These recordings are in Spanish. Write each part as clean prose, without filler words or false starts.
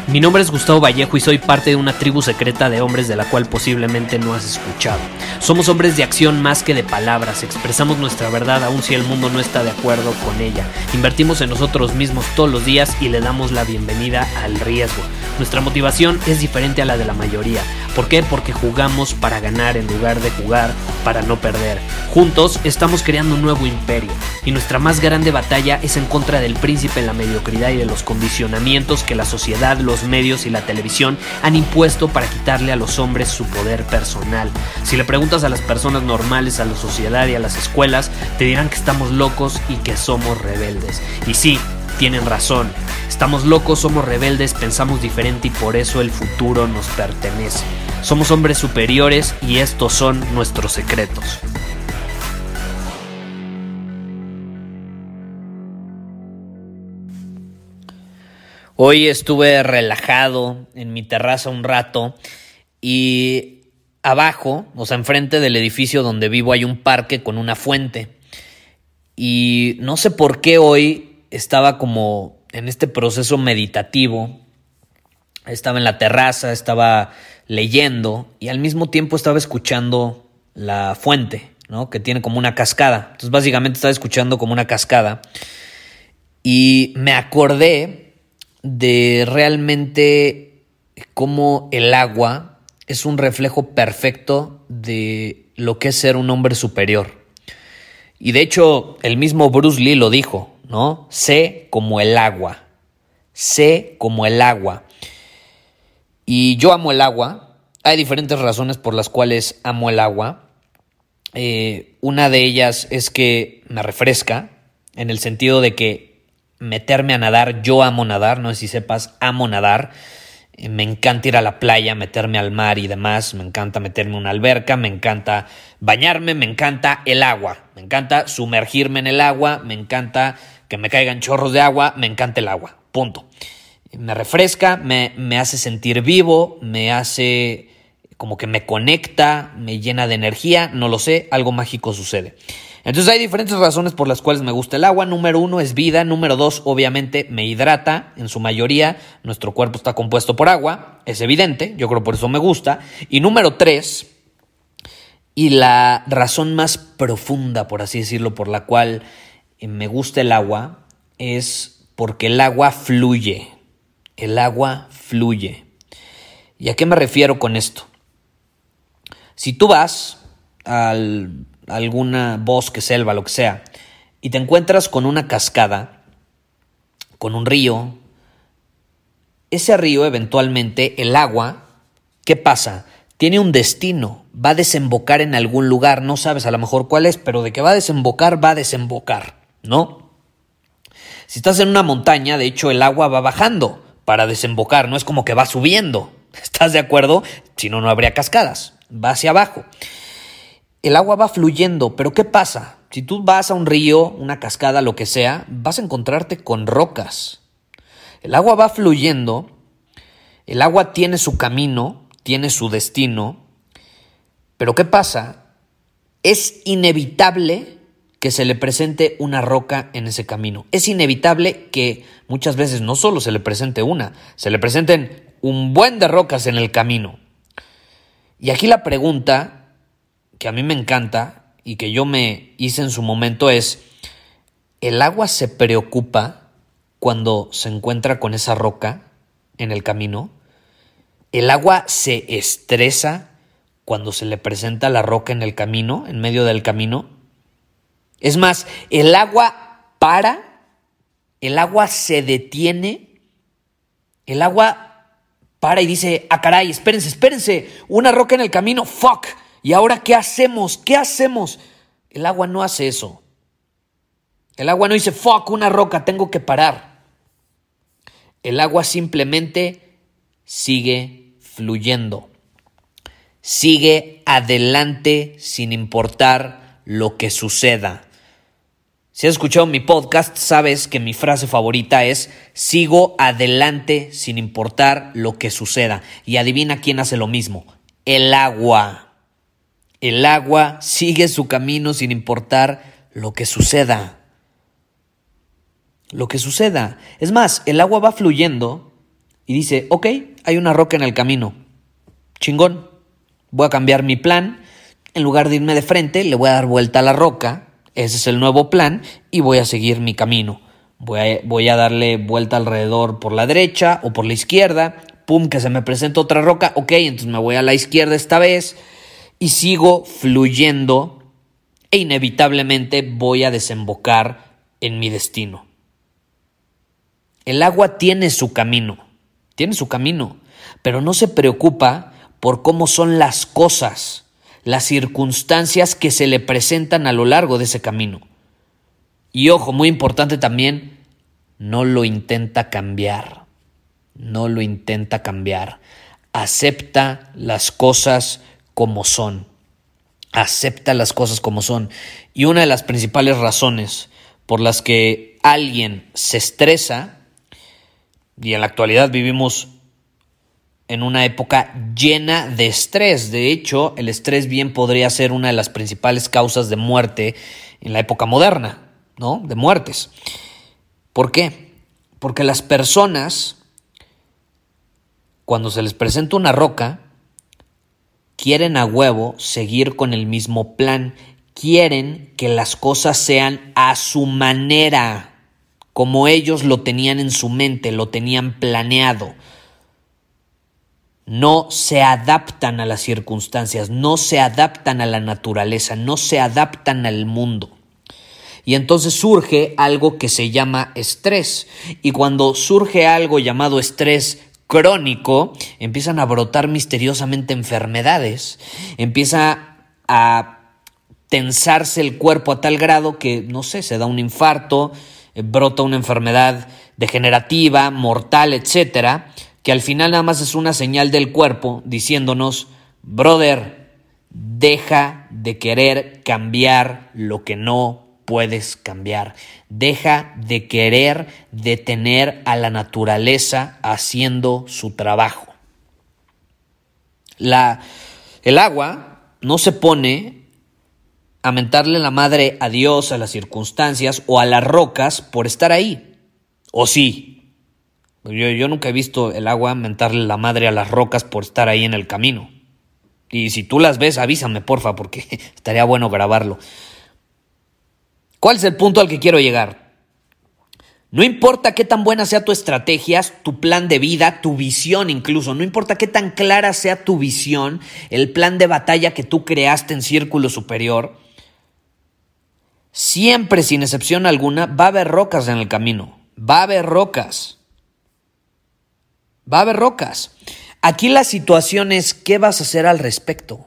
Mi nombre es Gustavo Vallejo y soy parte de una tribu secreta de hombres de la cual posiblemente no has escuchado. Somos hombres de acción más que de palabras, expresamos nuestra verdad aun si el mundo no está de acuerdo con ella. Invertimos en nosotros mismos todos los días y le damos la bienvenida al riesgo. Nuestra motivación es diferente a la de la mayoría. ¿Por qué? Porque jugamos para ganar en lugar de jugar para no perder. Juntos estamos creando un nuevo imperio y nuestra más grande batalla es en contra del príncipe, la mediocridad y de los condicionamientos que la sociedad, los medios y la televisión han impuesto para quitarle a los hombres su poder personal. Si le preguntas a las personas normales, a la sociedad y a las escuelas, te dirán que estamos locos y que somos rebeldes. Y sí, tienen razón. Estamos locos, somos rebeldes, pensamos diferente y por eso el futuro nos pertenece. Somos hombres superiores y estos son nuestros secretos. Hoy estuve relajado en mi terraza un rato y abajo, o sea, enfrente del edificio donde vivo hay un parque con una fuente. Y no sé por qué hoy estaba como en este proceso meditativo. Estaba en la terraza, estaba leyendo y al mismo tiempo estaba escuchando la fuente, ¿no? Que tiene como una cascada. Entonces básicamente estaba escuchando como una cascada y me acordé de realmente cómo el agua es un reflejo perfecto de lo que es ser un hombre superior. Y de hecho, el mismo Bruce Lee lo dijo, ¿no? Sé como el agua. Sé como el agua. Y yo amo el agua. Hay diferentes razones por las cuales amo el agua. Una de ellas es que me refresca, en el sentido de que meterme a nadar, yo amo nadar, no sé si sepas, amo nadar. Me encanta ir a la playa, meterme al mar y demás, me encanta meterme en una alberca, me encanta bañarme, me encanta el agua, me encanta sumergirme en el agua, me encanta que me caigan chorros de agua, me encanta el agua, punto. Me refresca, me hace sentir vivo, me hace como que me conecta, me llena de energía, no lo sé, algo mágico sucede. Entonces hay diferentes razones por las cuales me gusta el agua. Número 1 es vida. Número 2, obviamente, me hidrata. En su mayoría, nuestro cuerpo está compuesto por agua. Es evidente, yo creo por eso me gusta. Y número 3, y la razón más profunda, por así decirlo, por la cual me gusta el agua, es porque el agua fluye. El agua fluye. ¿Y a qué me refiero con esto? Si tú vas alguna bosque, selva, lo que sea, y te encuentras con una cascada, con un río, ese río eventualmente, el agua, ¿qué pasa? Tiene un destino, va a desembocar en algún lugar, no sabes a lo mejor cuál es, pero de que va a desembocar, ¿no? Si estás en una montaña, de hecho el agua va bajando para desembocar, no es como que va subiendo, ¿estás de acuerdo? Si no, no habría cascadas, va hacia abajo. El agua va fluyendo, pero ¿qué pasa? Si tú vas a un río, una cascada, lo que sea, vas a encontrarte con rocas. El agua va fluyendo, el agua tiene su camino, tiene su destino, pero ¿qué pasa? Es inevitable que se le presente una roca en ese camino. Es inevitable que muchas veces no solo se le presente una, se le presenten un buen de rocas en el camino. Y aquí la pregunta que a mí me encanta y que yo me hice en su momento es, ¿el agua se preocupa cuando se encuentra con esa roca en el camino? ¿El agua se estresa cuando se le presenta la roca en el camino, en medio del camino? Es más, ¿el agua para? ¿El agua se detiene? ¿El agua para y dice, ah caray, espérense, una roca en el camino, fuck? ¿Y ahora qué hacemos? ¿Qué hacemos? El agua no hace eso. El agua no dice, fuck, una roca, tengo que parar. El agua simplemente sigue fluyendo. Sigue adelante sin importar lo que suceda. Si has escuchado mi podcast, sabes que mi frase favorita es, sigo adelante sin importar lo que suceda. Y adivina quién hace lo mismo. El agua. El agua sigue su camino sin importar lo que suceda. Lo que suceda. Es más, el agua va fluyendo y dice, ok, hay una roca en el camino. Chingón, voy a cambiar mi plan. En lugar de irme de frente, le voy a dar vuelta a la roca. Ese es el nuevo plan y voy a seguir mi camino. Voy a darle vuelta alrededor por la derecha o por la izquierda. Pum, que se me presenta otra roca. Ok, entonces me voy a la izquierda esta vez y sigo fluyendo e inevitablemente voy a desembocar en mi destino. El agua tiene su camino, pero no se preocupa por cómo son las cosas, las circunstancias que se le presentan a lo largo de ese camino. Y ojo, muy importante también, no lo intenta cambiar. Acepta las cosas como son. Y una de las principales razones por las que alguien se estresa, y en la actualidad vivimos en una época llena de estrés. De hecho, el estrés bien podría ser una de las principales causas de muerte en la época moderna, ¿no? De muertes. ¿Por qué? Porque las personas, cuando se les presenta una roca, quieren a huevo seguir con el mismo plan. Quieren que las cosas sean a su manera, como ellos lo tenían en su mente, lo tenían planeado. No se adaptan a las circunstancias, no se adaptan a la naturaleza, no se adaptan al mundo. Y entonces surge algo que se llama estrés. Y cuando surge algo llamado estrés crónico, empiezan a brotar misteriosamente enfermedades. Empieza a tensarse el cuerpo a tal grado que, no sé, se da un infarto, brota una enfermedad degenerativa, mortal, etcétera, que al final nada más es una señal del cuerpo diciéndonos, brother, deja de querer cambiar lo que no puedes cambiar. Deja de querer detener a la naturaleza haciendo su trabajo. El agua no se pone a mentarle la madre a Dios, a las circunstancias o a las rocas por estar ahí. ¿O sí? Yo nunca he visto el agua mentarle la madre a las rocas por estar ahí en el camino. Y si tú las ves, avísame, porfa, porque estaría bueno grabarlo. ¿Cuál es el punto al que quiero llegar? No importa qué tan buena sea tu estrategia, tu plan de vida, tu visión incluso, no importa qué tan clara sea tu visión, el plan de batalla que tú creaste en Círculo Superior, siempre, sin excepción alguna, va a haber rocas en el camino. Va a haber rocas. Aquí la situación es, ¿qué vas a hacer al respecto?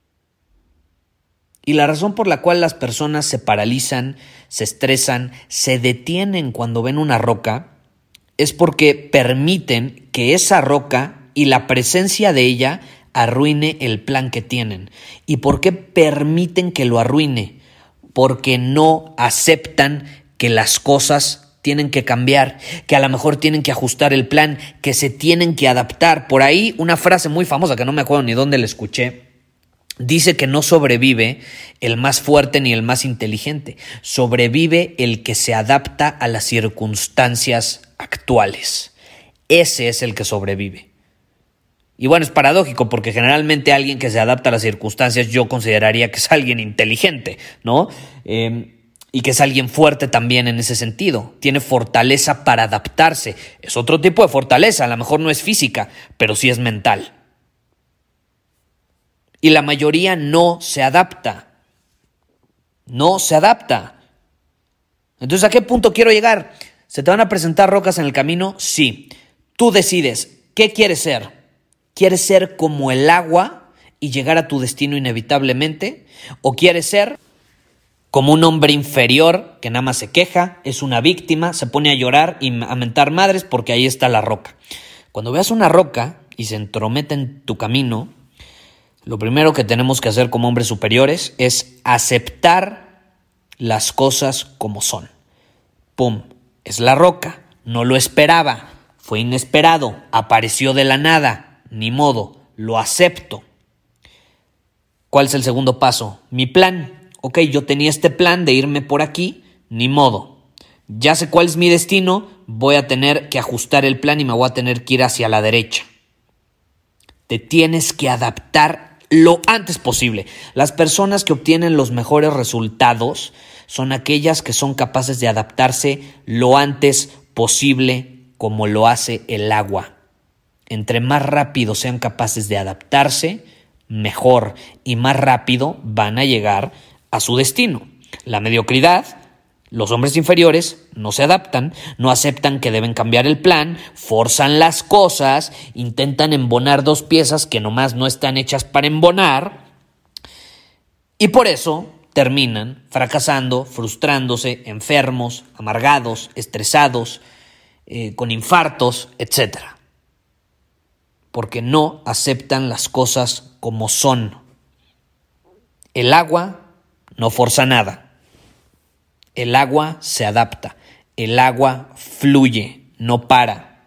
Y la razón por la cual las personas se paralizan, se estresan, se detienen cuando ven una roca, es porque permiten que esa roca y la presencia de ella arruine el plan que tienen. ¿Y por qué permiten que lo arruine? Porque no aceptan que las cosas tienen que cambiar, que a lo mejor tienen que ajustar el plan, que se tienen que adaptar. Por ahí una frase muy famosa que no me acuerdo ni dónde la escuché, dice que no sobrevive el más fuerte ni el más inteligente, sobrevive el que se adapta a las circunstancias actuales. Ese es el que sobrevive. Y bueno, es paradójico porque generalmente alguien que se adapta a las circunstancias yo consideraría que es alguien inteligente, ¿no? Y que es alguien fuerte también en ese sentido. Tiene fortaleza para adaptarse. Es otro tipo de fortaleza, a lo mejor no es física, pero sí es mental. Y la mayoría no se adapta. Entonces, ¿a qué punto quiero llegar? ¿Se te van a presentar rocas en el camino? Sí. Tú decides, ¿qué quieres ser? ¿Quieres ser como el agua y llegar a tu destino inevitablemente? ¿O quieres ser como un hombre inferior que nada más se queja, es una víctima, se pone a llorar y a mentar madres porque ahí está la roca? Cuando veas una roca y se entromete en tu camino, lo primero que tenemos que hacer como hombres superiores es aceptar las cosas como son. ¡Pum! Es la roca. No lo esperaba. Fue inesperado. Apareció de la nada. Ni modo. Lo acepto. ¿Cuál es el segundo paso? Mi plan. Ok, yo tenía este plan de irme por aquí. Ni modo. Ya sé cuál es mi destino. voy a tener que ajustar el plan y me voy a tener que ir hacia la derecha. Te tienes que adaptar lo antes posible. Las personas que obtienen los mejores resultados son aquellas que son capaces de adaptarse lo antes posible, como lo hace el agua. Entre más rápido sean capaces de adaptarse, mejor, y más rápido van a llegar a su destino. La mediocridad, los hombres inferiores no se adaptan, no aceptan que deben cambiar el plan, forzan las cosas, intentan embonar dos piezas que nomás no están hechas para embonar, y por eso terminan fracasando, frustrándose, enfermos, amargados, estresados, con infartos, etc. Porque no aceptan las cosas como son. El agua no forza nada. El agua se adapta. El agua fluye, no para.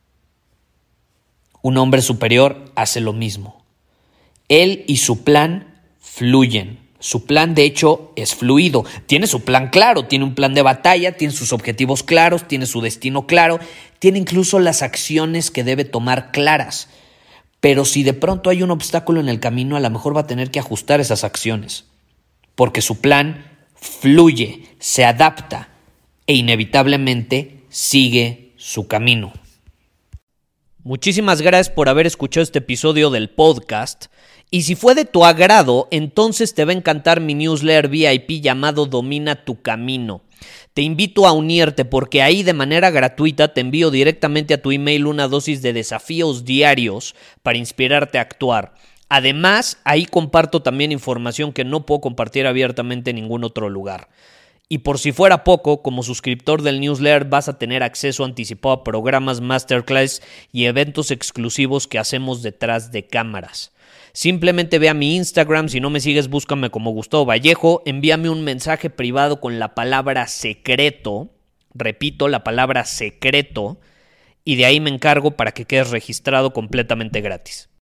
Un hombre superior hace lo mismo. Él y su plan fluyen. Su plan, de hecho, es fluido. Tiene su plan claro, tiene un plan de batalla, tiene sus objetivos claros, tiene su destino claro, tiene incluso las acciones que debe tomar claras. Pero si de pronto hay un obstáculo en el camino, a lo mejor va a tener que ajustar esas acciones. Porque su plan fluye, se adapta e inevitablemente sigue su camino. Muchísimas gracias por haber escuchado este episodio del podcast. Y si fue de tu agrado, entonces te va a encantar mi newsletter VIP llamado Domina tu Camino. Te invito a unirte porque ahí de manera gratuita te envío directamente a tu email una dosis de desafíos diarios para inspirarte a actuar. Además, ahí comparto también información que no puedo compartir abiertamente en ningún otro lugar. Y por si fuera poco, como suscriptor del newsletter vas a tener acceso anticipado a programas, masterclass y eventos exclusivos que hacemos detrás de cámaras. Simplemente ve a mi Instagram, si no me sigues búscame como Gustavo Vallejo, envíame un mensaje privado con la palabra secreto, repito, la palabra secreto, y de ahí me encargo para que quedes registrado completamente gratis.